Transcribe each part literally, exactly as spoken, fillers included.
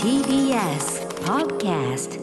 ティービーエス Podcast。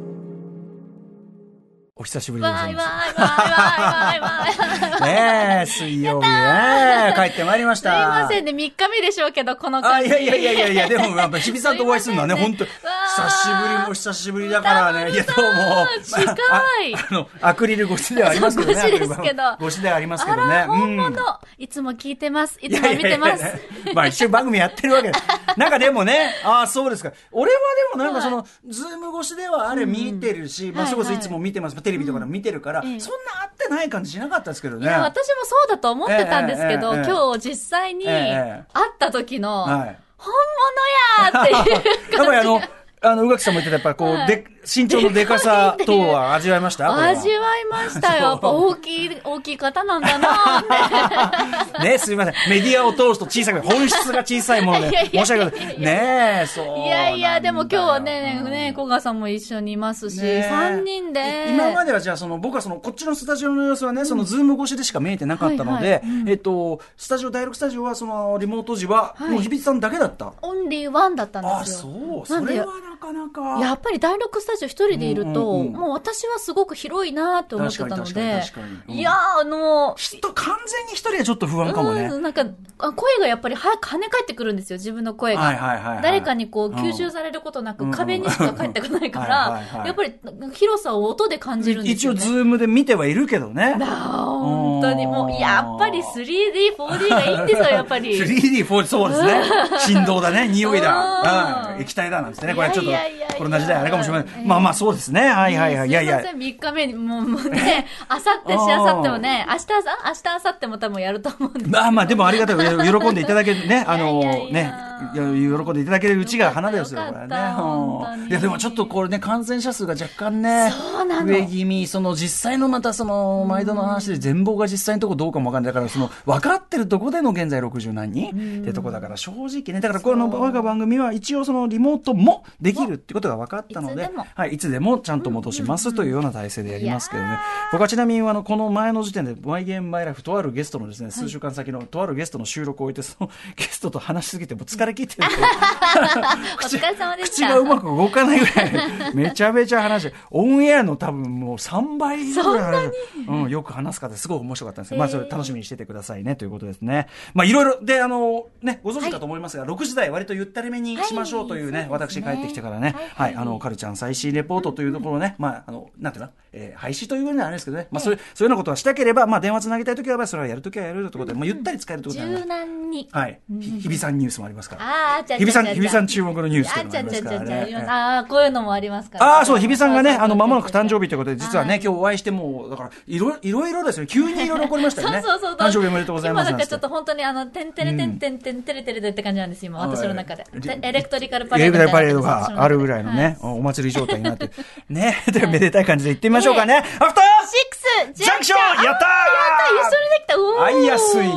お久しぶりでございます。 わいわいわいわいわいわいねえ、水曜日ね、帰ってまいりました。 すいませんね、みっかめでしょうけど、この感じ。 あ、いやいやいやいやいや、でもやっぱ日比さんとお会いするのはね、本当、ね、久しぶりも久しぶりだからね、いや、どうも。 近い、まあ。 あの、アクリル越しではありますけどね。 越しですけど。 越しではありますけどね。 あら、本物、うん。いつも聞いてます。いつも見てます。いやいやいやいやまあ一緒に番組やってるわけです。なんかでもね、ああ、そうですか。俺はでもなんかその、はい、ズーム越しではあれ見てるし、うん、まあそれこそいつも見てます。はいはい、テレビとかでも見てるから、うん、そんな合ってない感じしなかったですけどね。 いや、私もそうだと思ってたんですけど、えーえーえー、今日実際に会った時の、はい、本物やーっていう感じ。 やっぱりあの、あの、宇垣さんも言ってた、やっぱりこう、はい、で、身長のでかさ等は味わいました味わいましたよ。やっぱ大きい、大きい方なんだなーって。 ね、すみません。メディアを通すと小さく、本質が小さいもので、申し訳ない。ねえ、そう。 いやいや、でも今日はね、ね、小川さんも一緒にいますし、ね、さんにんで。 今まではじゃあ、その、僕はその、こっちのスタジオの様子はね、その、ズーム越しでしか見えてなかったので、はいはいうん、えっと、スタジオ、第六スタジオは、その、リモート時は、もう日比さんだけだった。 オンリーワンだったんですよ。 あ、そう。それはなかなか。 やっぱり第六スタジオ一人でいると、うんうんうん、もう私はすごく広いなと思ってたので、うん、いやー、あのー、完全に一人はちょっと不安かもね。 うん、なんか、声がやっぱり早く跳ね返ってくるんですよ、自分の声が。はいはいはいはい、誰かにこう、吸収されることなく、うん、壁にしか返ってこないから、はいはいはい、やっぱり広さを音で感じるんですよね。 一応ズームで見てはいるけどね。 だ本当にもう、やっぱり スリーディー、フォーディー がいいんですよ、やっぱり。 スリーディー、フォーディー、そうですね。振動だね、匂いだ、うん、液体だなんですね。これちょっと、コロナ時代あれかもしれない。まあまあそうですね。はいはいはい。いやいや。 みっかめに、もう、もうね、あさってしあさってもね、明日あさ、明日あさっても多分やると思うんで。 まあまあ、でもありがたい。喜んでいただけるね、あの、ね、喜んでいただけるうちが花ですよ、これね。いや、でもちょっとこれね、感染者数が若干ね、上気味、その実際のまたその、毎度の話で全貌が実際のとこどうかもわかんない。だからその、分かってるとこでの現在ろくじゅうなんにんってとこだから正直ね、だからこの我が番組は一応そのリモートもできるってことが分かったので、はい、いつでもちゃんと戻しますというような体制でやりますけどね。僕はちなみにあの、この前の時点で、マイゲームマイライフとあるゲストのですね、数週間先のとあるゲストの収録を終えて、そのゲストと話しすぎてもう疲れ切ってるんでお疲れ様でした。 口がうまく動かないぐらい、めちゃめちゃ話して、オンエアの多分もうさんばいぐらい話、うん、よく話す方すごい面白かったんですけど、まあそれ楽しみにしててくださいねということですね。まあいろいろ、で、あの、ね、ご存知かと思いますが、はい、ろくじ台割とゆったりめにしましょうというね、はい、私帰ってきてからね、はい、はい、あの、カルちゃん最新レポートというところをね、まあ、あの、なんていうの、えー、廃止というようなあれですけどね、まあそういう、そういうようなことはしたければ、まあ電話つなぎたいときは、それはやるときはやるということで、まあゆったり使えるということで、 柔軟に。 はい。日比さんニュースもありますから。 ああ、ちゃ日比さん、日比さん注目のニュースというのもありますからね。 ああ、こういうのもありますから。 ああ、そう、日比さんがね、あの、まもなく誕生日ということで、実はね、今日お会いしても、だから、いろいろいろですね、急にいろいろ起こりましたよね。 そうそうそう。 誕生日おめでとうございます。 今なんかちょっと本当にあの、てんてれてんてんてんてれてれでって感じなんです、今、私の中で。エレクトリカルパレード。 エレクトリカルパレードがあるぐらいのね、お祭り状態になって。ね、というめでたい感じで行ってみましょうかね。アフターシックスジャンクションやったーやったー一緒にできたおー会いやすい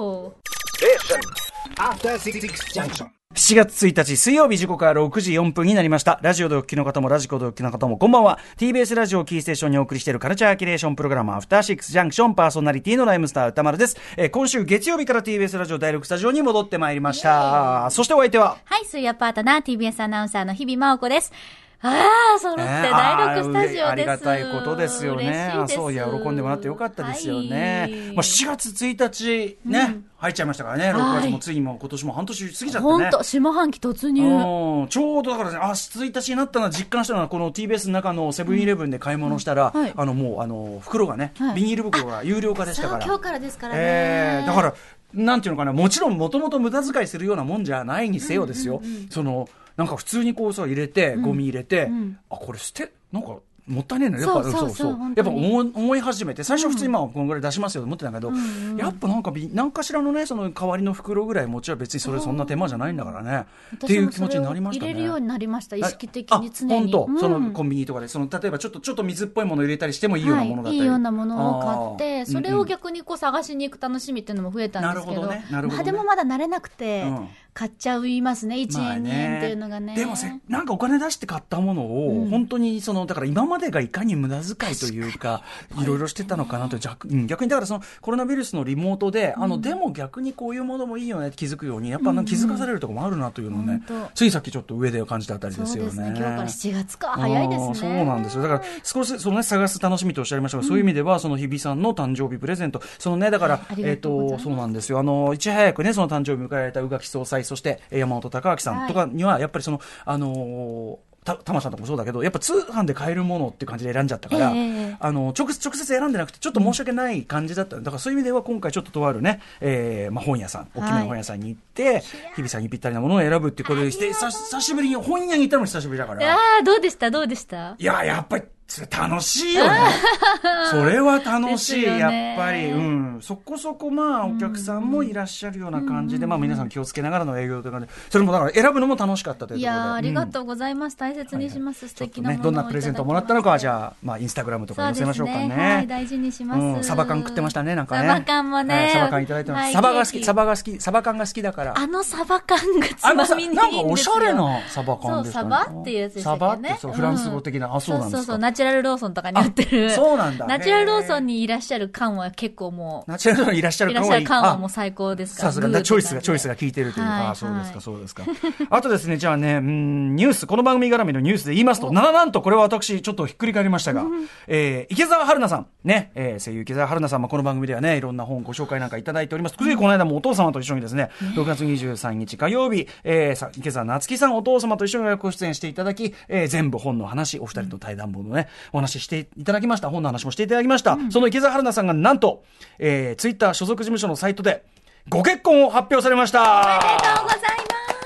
しちがつついたち水曜日時刻はろくじよんぷんになりました。ラジオでお聞きの方もラジコでお聞きの方もこんばんは。 ティービーエス ラジオキーステーションにお送りしているカルチャーキュレーションプログラムアフターシックスジャンクション、パーソナリティのライムスター歌丸です。えー、今週月曜日から ティービーエス ラジオ第ろくスタジオに戻ってまいりました。そしてお相手は、 はい、水曜パートナー ティービーエス アナウンサーの日々真央子です。ああ、揃って第ろくスタジオです。 ありがたいことですよね。あ、そういや、喜んでもらってよかったですよね。はい、まあ、しちがつついたちね、うん、入っちゃいましたからね。ろくがつもついにも今年も半年過ぎちゃってね。 本当下半期突入。 ちょうどだからね、あ、ついたちになったのは実感したのはこの ティービーエス の中のセブンイレブンで買い物したら、うんはい、あのもうあの袋がね、はい、ビニール袋が有料化でしたから。 今日からですからね。 えー、だからなんていうのかな、もちろんもともと無駄遣いするようなもんじゃないにせよですよ。うんうんうん、そのなんか普通にこうさ入れて、ゴミ入れて、うん、あ、これ捨て、なんかもったいねえな、やっぱそうそうそう、やっぱ思い、思い始めて、最初普通にまあこのぐらい出しますよと思ってたけど、うん、やっぱなんか何かしらのね、その代わりの袋ぐらい持ちは別にそれそんな手間じゃないんだからねっていう気持ちになりましたね。 入れるようになりました、意識的に常に。 本当、うん、そのコンビニとかでその例えばちょっとちょっと水っぽいものを入れたりしてもいいようなものだったり、はい、 いいようなものを買って、それを逆にこう探しに行く楽しみっていうのも増えたんですけど、なるほどね、なるほどね。でもまだ慣れなくて、うん、 買っちゃいますね、いちえん、にえんっていうのがね。 でもせ、なんかお金出して買ったものを、うん、本当にその、だから今までがいかに無駄遣いというか、いろいろしてたのかなと、逆に、逆にだからそのコロナウイルスのリモートで、うん、あの、でも逆にこういうものもいいよねって気づくように、やっぱ気づかされるところもあるなというのをね、うんうん、ついさっきちょっと上で感じたあたりですよね。そうですね、 今日からしちがつか、早いですね。 そうなんですよ。だから少し、そのね、探す楽しみとおっしゃいましたが、うん、そういう意味では、その日比さんの誕生日プレゼント、そのね、だから、はい、えっと、そうなんですよ。あの、いち早くね、その誕生日を迎えられた宇垣総裁、そして山本隆明さんとかには、やっぱりその、あのー、た、たまさんとかもそうだけど、やっぱ通販で買えるものっていう感じで選んじゃったから、えー、あの、直接、直接選んでなくて、ちょっと申し訳ない感じだった。だからそういう意味では、今回ちょっととあるね、えー、まあ、本屋さん、大きめの本屋さんに行って、はい、日比さんにぴったりなものを選ぶっていうことでして、久しぶりに本屋に行ったのも久しぶりだから。 ああ、どうでしたどうでしたいや、やっぱり、それ楽しいよね。それは楽しい、やっぱり。うん。そこそこまあ、お客さんもいらっしゃるような感じで、まあ皆さん気をつけながらの営業という感じで、それもだから選ぶのも楽しかったというところで。いやー、ありがとうございます。大切にします。素敵なものをいただきました。 どんなプレゼントをもらったのかは、じゃあ、まあ、インスタグラムとか載せましょうかね。 はい、大事にします。 サバ缶食ってましたね、なんかね。 サバ缶もね。 サバ缶いただいてます。サバが好き、サバが好き、サバ缶が好きだから。 あのサバ缶がつまみにいいんですよ。 なんかおしゃれなサバ缶ですかね。 そう、サバっていうやつでしたっけね。 サバって、そう、フランス語的な、あ、そうなんですか。 そうそう、ナチュラルローソンとかに売ってる。 そうなんだ。 ナチュラルローソンにいらっしゃる缶は結構もう。 ナチュラルローソンにいらっしゃる缶はいらっしゃる缶はもう最高ですから。 さすが、チョイスが、チョイスが効いてるというか、はい、あ、そうですか、そうですか。あとですね、じゃあね、うん、ニュース、この番組絡みのニュースで言いますと、な、なんとこれは私、ちょっとひっくり返りましたが、えー、池澤春菜さん、ね、えー、声優池澤春菜さんもこの番組ではね、いろんな本ご紹介なんかいただいております。ついこの間もお父様と一緒にですね、ろくがつにじゅうさんにち火曜日、えー、さ池澤夏樹さんお父様と一緒にご出演していただき、えー、全部本の話、お二人の対談本のね、お話ししていただきました。本の話もしていただきました。うん、その池澤春菜さんがなんと、えー、ツイッター所属事務所のサイトでご結婚を発表されました。 おめでとうございます。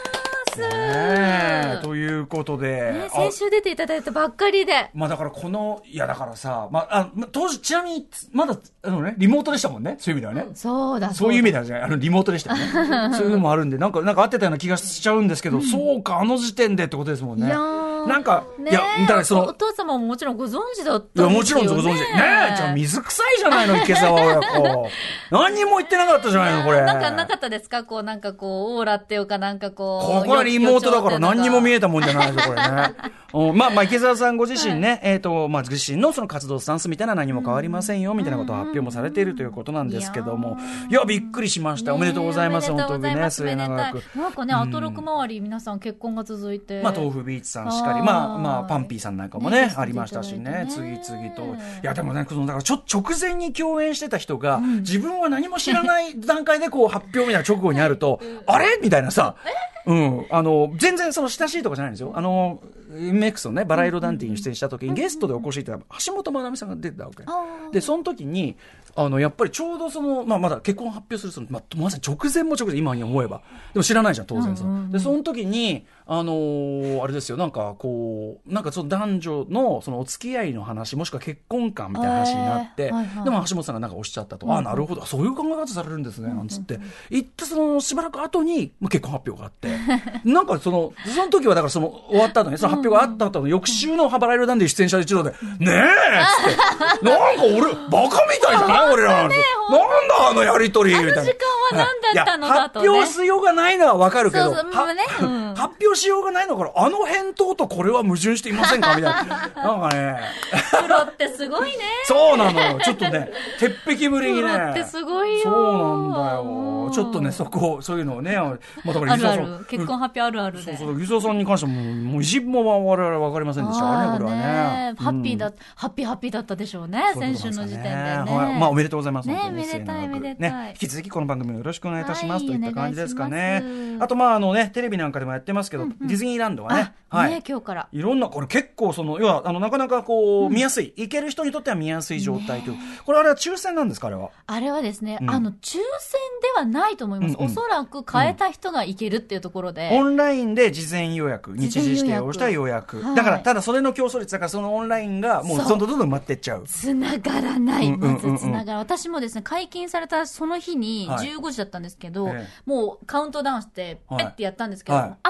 ね、ということで、 ね、先週出ていただいたばっかりで、 まあだからこのいやだからさ、まあ、あ当時ちなみにまだあのねリモートでしたもんね、そういう意味ではね、 うん、そうだそういう意味ではじゃない、あのリモートでしたよねそういうのもあるんで、なんかなんか合ってたような気がしちゃうんですけど、うん、そうかあの時点でってことですもんね。いやなんか、ね、いやだからそのお父様ももちろんご存知だったんですよね。いやもちろんご存知ねえ、じゃあ水臭いじゃないの池澤親子何にも言ってなかったじゃないのこれ。 なんかなかったですか、こうなんかこうオーラっていうかなんかこうここはリモートだから何にも見えたもんじゃないですよこれねまあまあ池澤さんご自身ね、はい、えっ、ー、とまあ自身のその活動スタンスみたいな何も変わりませんよみたいなことを発表もされているということなんですけども、いやびっくりしました、ね、おめでとうございます。本当にね末永くなんかね、アトロク周り皆さん結婚が続いて、 まあ豆腐ビーチさんしかり、まあまあパンピーさんなんかもね、ねありましたしね、次々と。いやでもね、そのだからちょ直前に共演してた人が、うん、自分は何も知らない段階でこう発表みたいな直後にあるとあれみたいなさ、うん、あの全然その親しいとかじゃないんですよ。あの エムエックス のねバラ色ダンティに出演した時にゲストでお越しいただいた橋本まなみさんが出てたわけで、その時にあのやっぱりちょうどその、まあ、まだ結婚発表するその、まあ、まさに直前も直前今に思えばでも知らないじゃん当然さ、うんうんうん、でその時にあのー、あれですよ、なんかこうなんかその男女のそのお付き合いの話もしくは結婚観みたいな話になって、えーはいはい、でも橋本さんがなんかおっしゃったと、うん、ああなるほどそういう考え方されるんですね、うん、なんつって言ってそのしばらく後に結婚発表があってなんかそのその時はだからその終わった後にその発表があった後の翌週のバラ色ダンディ出演者一度で、うん、ねえっつってなんか俺バカみたいじゃない俺らなんて、なんだあのやりとりみたいな。あの時間は何だったのだとね。 発表しようがないのはわかるけど、 そうそう、ねうん、 発表しようがないのからあの返答とこれは矛盾していませんかみたいな。なんかね。 プロってすごいね。 そうなのよ。ちょっとね、鉄壁ぶりにね。 プロってすごいよ。 そうなんだよ。ちょっとね、そこ、そういうのをね、まあ、だからあるある。結婚発表あるあるで。 そうそう、ゆずおさんに関しても、もう一部も我々はわかりませんでしたからね、これはね。 ハッピーだ、うん、ハッピーハッピーだったでしょうね、先週の時点でね。 はい、まあ、おめでとうございます。 ね、めでたいめでたい。 ね、引き続きこの番組をよろしくお願いいたします、はい、といった感じですかね。あと、まあ、あのね、テレビなんかでもやってますけど、うんうん、ディズニーランドはね、はい、 ね、今日から。 いろんな、これ結構その、要は、あの、なかなかこう、うん、見やすい。行ける人にとっては見やすい状態という。ね、これあれは抽選なんですか、あれは。 あれはですね、うん、あの、抽選ではないと思います。うんうん、おそらく変えた人が行けるっていうところで。 うん、オンラインで事前予約、日時指定をした予約。はい、だから、ただそれの競争率だから、そのオンラインがもうどんどんどんどん埋まってっちゃう。 つながらない。まずつながら。私もですね、解禁されたその日にじゅうごじだったんですけど、はい、もうカウントダウンして、ペッてやったんですけど、はい、あっ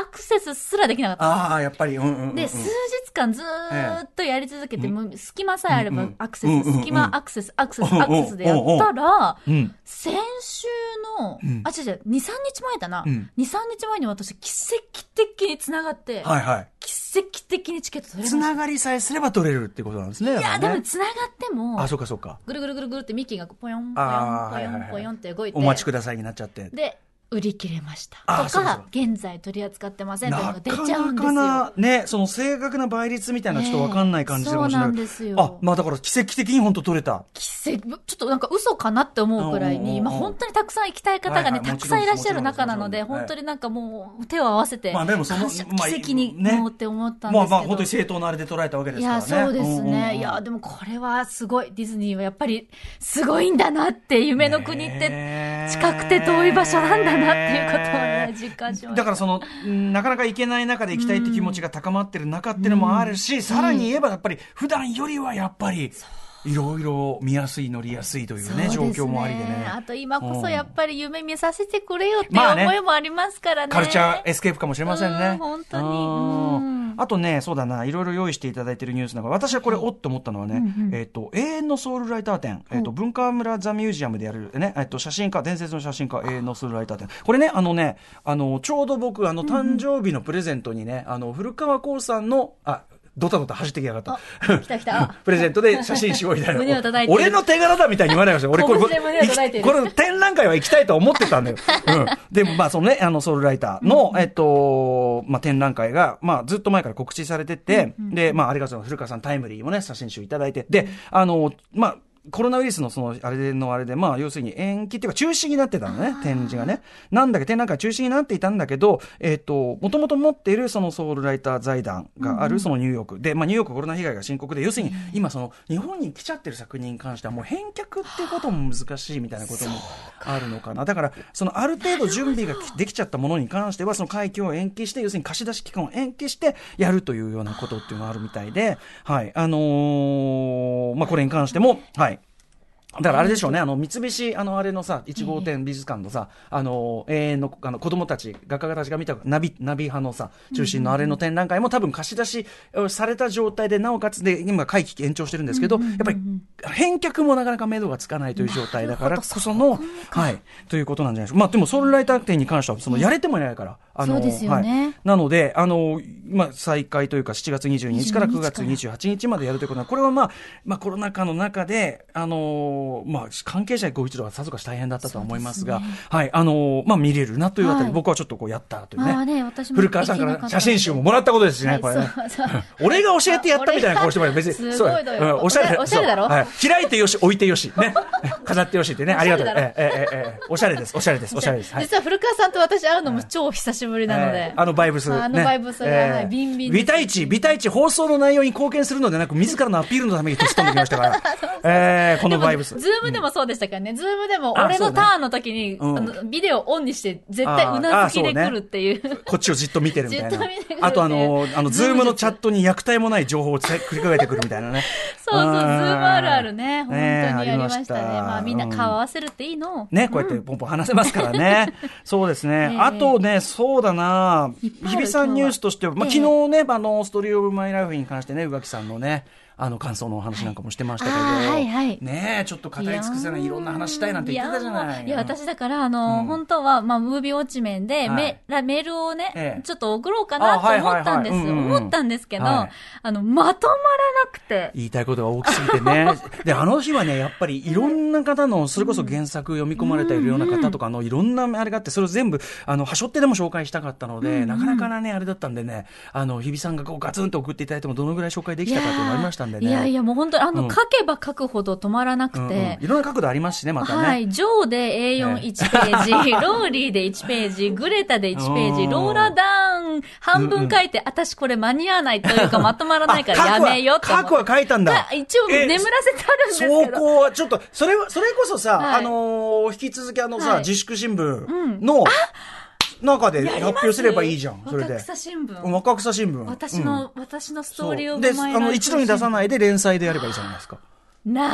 アクセスすらできなかった。 ああ、やっぱり、うんうんうん、 で、数日間ずーっとやり続けて、もう隙間さえあればアクセス、隙間アクセス、アクセス、アクセスでやったら、先週の、あ、違う違う、に、さんにちまえだな。に、さんにちまえに私、奇跡的に繋がって、はいはい。奇跡的にチケット取れました。 繋がりさえすれば取れるってことなんですね。 いや、でも繋がっても、 あ、そうかそうか。 ぐるぐるぐるぐるってミッキーがポヨン、ポヨン、ポヨン、ポヨンって動いて、 お待ちくださいになっちゃって。 で、売り切れましたとか、そうそう現在取り扱ってませんとか出ちゃうんですよ。 なかなかね、その正確な倍率みたいなちょっと分かんない感じでもしれない。 そうなんですよ。 あ、まあだから奇跡的に本当取れた。 奇跡、ちょっとなんか嘘かなって思うくらいに、まあ本当にたくさん行きたい方がね、たくさんいらっしゃる中なので、本当になんかもう手を合わせて、まあでもその、奇跡にもって思ったんですけど。 まあまあ本当に正当なあれで捉えたわけですからね。 いや、そうですね。いや、でもこれはすごい。ディズニーはやっぱりすごいんだなって、夢の国って近くて遠い場所なんだなっていうことをね、実感しました。 だからその、なかなか行けない中で行きたいって気持ちが高まってる中っていうのもあるし、さらに言えばやっぱり普段よりはやっぱり、いろいろ見やすい乗りやすいというね、状況もありでね。 あと今こそやっぱり夢見させてくれよっていう思いもありますからね。 カルチャーエスケープかもしれませんね。 本当に。 あとね、そうだな、いろいろ用意していただいているニュースなんか、私はこれおっと思ったのはね、えっと、永遠のソウルライター展、えっと、文化村ザミュージアムでやるね、えっと、写真家、伝説の写真家、永遠のソウルライター展。これね、あのね、あの、ちょうど僕、あの、誕生日のプレゼントにね、あの、古川光さんの、あ、ドタドタ走ってきやがった。 来た来た。 プレゼントで写真集をいただいて。 胸を叩いて。 俺の手柄だみたいに言わないでください。俺これ、これ、 これ展覧会は行きたいと思ってたんだよ。うん。でもまあそのね、あのソウルライターの、えっと、まあ展覧会が、まあずっと前から告知されてて、で、まあありがとうございます。古川さんタイムリーもね、写真集いただいて。で、あの、まあ、コロナウイルスのその、あれのあれで、まあ、要するに延期っていうか中止になってたのね、展示がね。なんだけど、展覧会中止になっていたんだけど、えっと、もともと持っているそのソウルライター財団があるそのニューヨーク。で、まあ、ニューヨークコロナ被害が深刻で、要するに今その、日本に来ちゃってる作品に関してはもう返却っていうことも難しいみたいなこともあるのかな。だから、その、ある程度準備ができちゃったものに関しては、その会期を延期して、要するに貸し出し期間を延期してやるというようなことっていうのがあるみたいで、はい。あのー、まあ、これに関しても、はい。だからあれでしょうね、あの、三菱、あの、あれのさ、いち号店美術館のさ、あの、永遠の、あの、子供たち、画家たちが見た、ナビ、ナビ派のさ、中心のあれの展覧会も多分貸し出しされた状態で、なおかつで、今、会期延長してるんですけど、やっぱり、返却もなかなか目処がつかないという状態だからこその、はい、ということなんじゃないでしょうか。まあ、でも、ソウルライター展に関しては、その、やれてもいないから、あの、 そうですよね。 はい。なので、あの、まあ、再開というか、しちがつにじゅうににちからくがつにじゅうはちにちまでやるということは、これはまあ、まあ、コロナ禍の中で、あの、まあ、関係者ご一同はさぞかし大変だったとは思いますが、すね、はい、あの、まあ、見れるなというあたり、はい、僕はちょっとこうやったというね。 あね、私も古川さんから写真集ももらったことですしね、はい、これね。俺が教えてやったみたいな顔してもら別に。 すごいだよ。 おしゃれ、 おしゃれだろ、 はい、開いてよし、置いてよし、ね。飾ってよしってね、ありがとう。ええええおしゃれです、おしゃれです、おしゃれです。 実は古川さんと私会うのも超久しぶりなので。 あのバイブス。 あのバイブスが、はい、ビンビン。 ビタイチ、ビタイチ放送の内容に貢献するのでなく、自らのアピールのために突っ込んできましたから。えー、このバイブス。 ズームでもそうでしたからね。ズームでも俺のターンの時に、あのビデオオンにして絶対うなずきで来るっていう。 こっちをじっと見てるみたいな。あとあの、あの、ズームのチャットに虐待もない情報を繰り返してくるみたいなね。 そうそう、ズームあるあるね。本当にやりましたね。まあみんな顔合わせるっていいの。 ね、こうやってポンポン話せますからね。そうですね。あとね、そうだな、日比さんニュースとしては、まあ昨日ね、あの、ストーリーオブマイライフに関してね、宇垣さんのね、あの感想のお話なんかもしてましたけど、 はいはい、 ねえちょっと語り尽くせないいろんな話したいなんて言ってたじゃない。 いや私だからあの、うん、本当はまあムービーウォッチメンで、はい、メ, メールをね、ええ、ちょっと送ろうかなと思ったんです、思ったんですけど、はい、あのまとまらなくて言いたいことが大きすぎてねであの日はねやっぱりいろんな方のそれこそ原作読み込まれているような方とかのいろんなあれがあってそれを全部あのはしょってでも紹介したかったので、うんうん、なかなかねあれだったんでねあの日比さんがこうガツンと送っていただいてもどのぐらい紹介できたかというのがありましたんでね。 いやいやもう本当にあの、うん、書けば書くほど止まらなくて、うんうん、 いろんな角度ありますしねまたね。 はい、ジョーで エーよんいち ページ、えー、ローリーでいちページ、グレタでいちページ、ローラダウン半分書いて、うんうん、私これ間に合わないというかまとまらないからやめようと思って。 書くは書いたんだ。 一応眠らせてあるんですけど。 そこはちょっとそれはそれこそさ、はい、あのー、引き続きあのさ、はい、自粛新聞の、うん中で発表すればいいじゃん。それで。 若草新聞。 若草新聞。 私の、うん、私のストーリーをで、あの、一度に出さないで連載でやればいいじゃないですか。 な、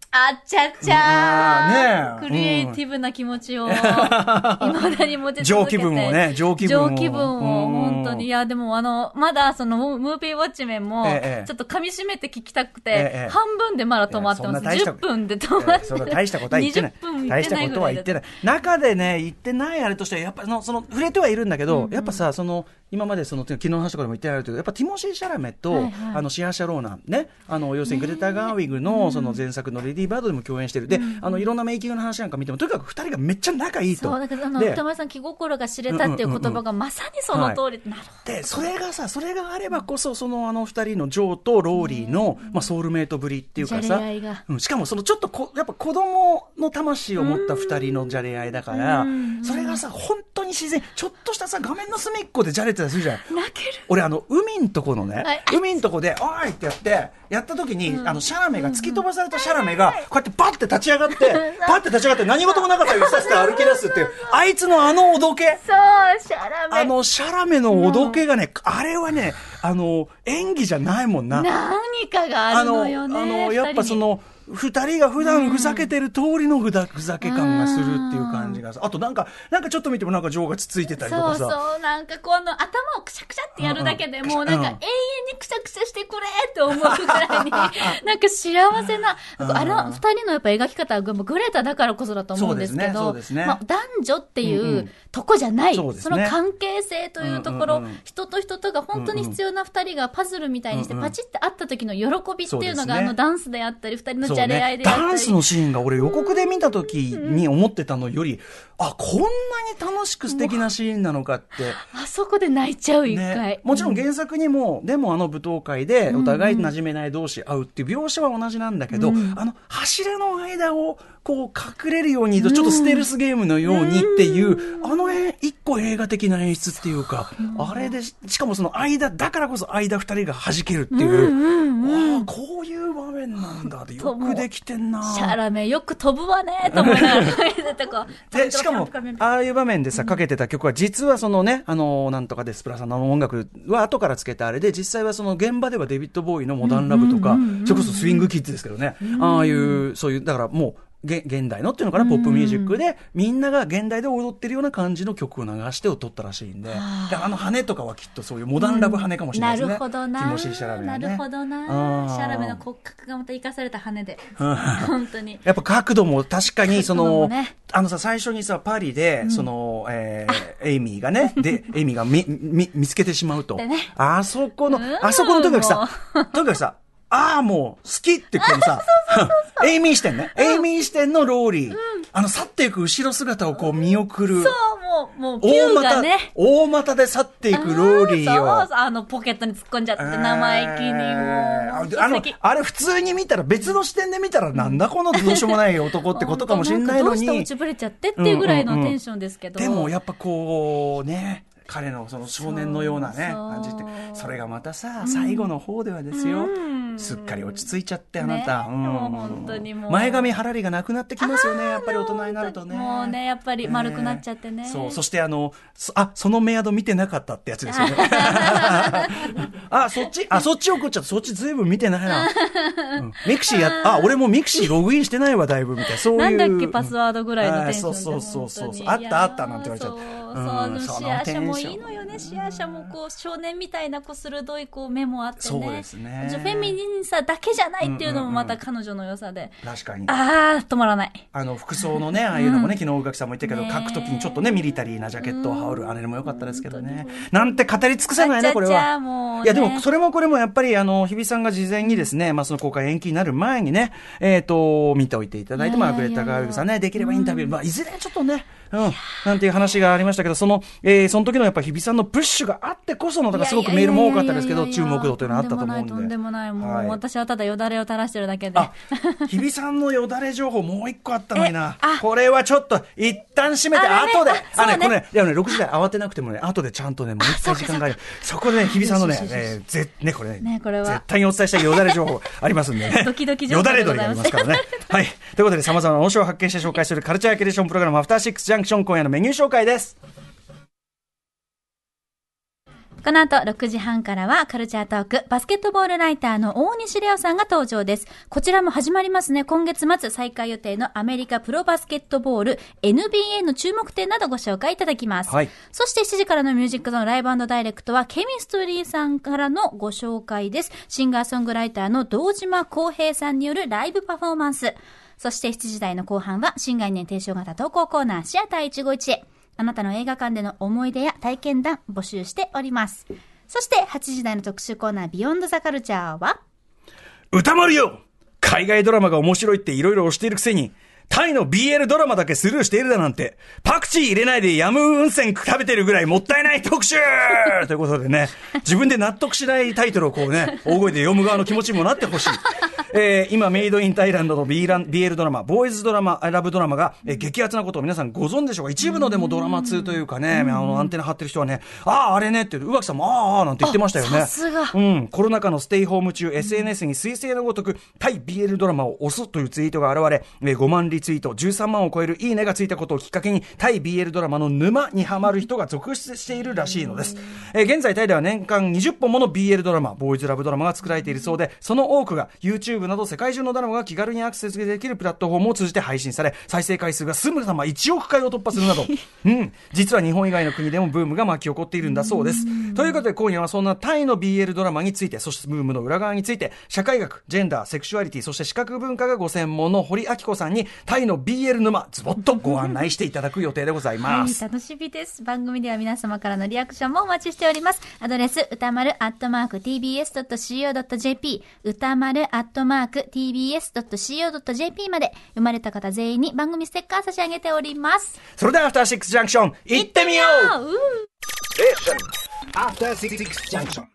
あっちゃくちゃー、ね、 クリエイティブな気持ちを、いまだに持ち続けて。 上気分をね、上気分を。 上気分を、本当に。いや、でもあの、まだその、ムービーウォッチメンも、ちょっと噛み締めて聞きたくて、ええ、半分でまだ止まってます。じゅっぷんで止まって。 そんな大したことは言ってない。 にじゅっぷん大したことは言ってない。中でね、言ってないあれとしては、やっぱその、その、触れてはいるんだけど、うんうん、やっぱさ、その、今までその昨日の話とかでも言ってあるけど、やっぱティモシー・シャラメと、はいはい、あのシアーシャ・ローナンね、あの要するにグレタ・ガーウィグのその前作のレディー・バードでも共演してる、で、うん、あのいろんなメイキングの話なんか見てもとにかくふたりがめっちゃ仲いいと。 そうだからあの歌丸さん気心が知れたっていう言葉がまさにその通り、はい、なるほど。 でそれがさそれがあればこそそのあのふたりのジョーとローリーの、まあ、ソウルメイトぶりっていうかさ、うん、しかもそのちょっとこやっぱ子供の魂を持ったふたりのじゃれ合いだから、それがさ本当に自然、ちょっとしたさ画面の隅っこでじゃれてたりするじゃん。俺あの海んとこのね、はい、海んとこでおーいってやってやった時に、うん、あのシャラメが突き飛ばされたシャラメがこうやってパッて立ち上がってパッて立ち上がって何事もなかったようにさせて歩き出すっていうあいつのあのおどけ、 そうシャラメ、 あのシャラメのおどけがね、あれはねあの演技じゃないもんな、 何かがあるのよね。 あのあのやっぱその二人が普段ふざけてる通りのふざふざけ感がするっていう感じがさ、あとなんかなんかちょっと見てもなんか情がつついてたりとかさ、 そうそう、なんかこの頭をくしゃくしゃってやるだけでもうなんか永遠にくしゃくしゃしてくれって思うくらいになんか幸せなあの二人のやっぱ描き方はグレタだからこそだと思うんですけど、まあ、男女っていうとこじゃない、うんうん、その関係性というところ、うんうんうん、人と人とが本当に必要な二人がパズルみたいにしてパチって会った時の喜びっていうのが、あのダンスであったり二人のじゃれ合いであったり、 ダンスのシーンが俺予告で見た時に思ってたのより、あ、こんなに楽しく素敵なシーンなのかって、 あそこで泣いちゃう一回、 ね、もちろん原作にも、うん、でもあの舞踏会でお互い馴染めない同士会うっていう描写は同じなんだけど、うん、あの柱の間をこう隠れるようにちょっとステルスゲームのようにっていう、うん、あの一個映画的な演出っていうか、うん、あれでしかもその間だからこそ間二人が弾けるっていう、うんうんうん、あこういう場面なんだってよくできてんな、 シャラメよく飛ぶわねと思いながらでしかもああいう場面でさかけてた曲は実はそのね、あのなんとかデスプラさんの音楽は後からつけたあれで、実際はその現場ではデビッド・ボーイのモダンラブとか、それこそスイングキッズですけどね、ああいうそういうだからもう現代のっていうのかな、ポップミュージックでみんなが現代で踊ってるような感じの曲を流してを撮ったらしいんで、であの羽とかはきっとそういうモダンラブ羽かもしれないですね、 うん、なるほどな、 ティモシー・シャラメはね、 なるほどな、シャラメの骨格がまた生かされた羽で本当にやっぱ角度も確かにその、ね、あのさ最初にさパリで、うん、その、えー、エイミーがねでエイミーがみみ見つけてしまうと、ね、あそこのあそこのとにかくさとにかくさああ、もう、好きってこのさ、エイミー視点ね。エイミー視点のローリー。うん、あの、去っていく後ろ姿をこう見送る。 そう、もう、もう、ピューがね。 大股、大股で去っていくローリーを。 そうそう、あの、ポケットに突っ込んじゃって、生意気にもう。 あの、あれ普通に見たら、別の視点で見たら、なんだこのどうしようもない男ってことかもしれないのに。 どうして落ちぶれちゃってっていうぐらいのテンションですけど。 うんうんうん、でも、やっぱこう、ね。彼のその少年のようなね感じって、それがまたさ、うん、最後の方ではですよ、うん、すっかり落ち着いちゃってあなた、ね、うん、もう本当にもう前髪ハラリがなくなってきますよね、やっぱり大人になるとね、 もうねやっぱり丸くなっちゃってね、 えー、そうそしてあのあそのメアド見てなかったってやつですよねあそっちあそっち送っちゃった、そっちずいぶん見てないな、うん、ミクシーやあ俺もミクシーログインしてないわだいぶみたいな、そういうなんだっけパスワードぐらいのテンションで、 そうそうそうそうあったあったなんて言われちゃう、 そう、うん、シアーシャもいいのよね、シアーシャもこう少年みたいなこう鋭いこう目もあってね、 そうですね、 フェミニンさだけじゃないっていうのもまた彼女の良さで、うんうんうん、 確かにあー止まらない、 あの服装のねああいうのもね、うん、昨日宇垣さんも言ったけど、ね、書くときにちょっとねミリタリーなジャケットを羽織るあれも良かったですけどね、なんて語り尽くせないねこれは、もうね、いやでもそれもこれもやっぱりあの日比さんが事前にですね、まあ、その公開延期になる前にね、えー、と見ておいていただいて、まあ、グレタ・ガーウィグさんねできればインタビュー、うん、まあ、いずれちょっとねうん、なんていう話がありましたけど、その、えー、その時のやっぱ日比さんのプッシュがあってこその、だからすごくメールも多かったですけど、注目度というのはあったと思うんで。 とんでもない、とんでもない。もう、はい、私はただよだれを垂らしてるだけで。 あ、日比さんのよだれ情報もう一個あったのにな。これはちょっと、一旦閉めて、あ後で、あね、これね、いやね、ろくじ台慌てなくてもね、後でちゃんとね、もう一回時間がある。そこでね、日比さんのね、えー、ぜ、ね、これね、ねこれは絶対にお伝えしたいよだれ情報ありますんでね。 ドキドキ情報よだれ鳥がありますからね。はい。ということで、様々な面白を発見して紹介するカルチャーキュレーションプログラム、アフターシックスジャンクション、今夜のメニュー紹介です。 深この後ろくじはんからはカルチャートーク、バスケットボールライターの大西レオさんが登場です。こちらも始まりますね。今月末再開予定のアメリカプロバスケットボール エヌビーエー の注目点などご紹介いただきます。 はい、 そしてしちじからのミュージックゾーンライブ&ダイレクトはケミストリーさんからのご紹介です。シンガーソングライターの堂島康平さんによるライブパフォーマンス。そしてしちじ台の後半は新概念提唱型投稿コーナーシアターいちごいちへ。あなたの映画館での思い出や体験談募集しております。そしてはちじ台の特集コーナービヨンドザカルチャーは歌丸よ、海外ドラマが面白いっていろいろ押しているくせにタイの ビーエル ドラマだけスルーしているだなんて、パクチー入れないでヤムウンセン食べてるぐらいもったいない特集ということでね、自分で納得しないタイトルをこうね、大声で読む側の気持ちにもなってほしい。えー、今メイドインタイランドの ビーエル ドラマ、ボーイズドラマ、ラブドラマが、えー、激アツなことを皆さんご存知でしょうか。一部のでもドラマ通というかね、あのアンテナ張ってる人はね、あああれねって、宇垣さんもああああなんて言ってましたよね。 さすが。 うん、コロナ禍のステイホーム中、エスエヌエス に彗星のごとくタイ ビーエル ドラマを推すというツイートが現れ、えー、ごまんリツイート、じゅうさんまんを超えるいいねがついたことをきっかけにタイ ビーエル ドラマの沼にハマる人が続出しているらしいのです。えー、現在タイでは年間にじゅっぽんもの ビーエル ドラマ、ボーイズラブドラマが作られているそうで、その多くが YouTube など世界中のドラマが気軽にアクセスできるプラットフォームを通じて配信され、再生回数がすぐさまいちおくかいを突破するなど、うん、実は日本以外の国でもブームが巻き起こっているんだそうです。ということで今夜はそんなタイの ビーエル ドラマについて、そしてブームの裏側について、社会学、ジェンダー、セクシュアリティ、そして視覚文化がご専門の堀明子さんにタイの ビーエル 沼ズボッとご案内していただく予定でございます。 はい、楽しみです。番組では皆様からのリアクションもお待ちしております。アドレス歌丸アットマーク ティービーエスドットシーオードットジェーピー 歌丸アットマーク ティービーエスドットシーオードットジェーピー まで、読まれた方全員に番組ステッカー差し上げております。 それではアフターシックスジャンクション行ってみよう。 うえアフターシックスジャンクション。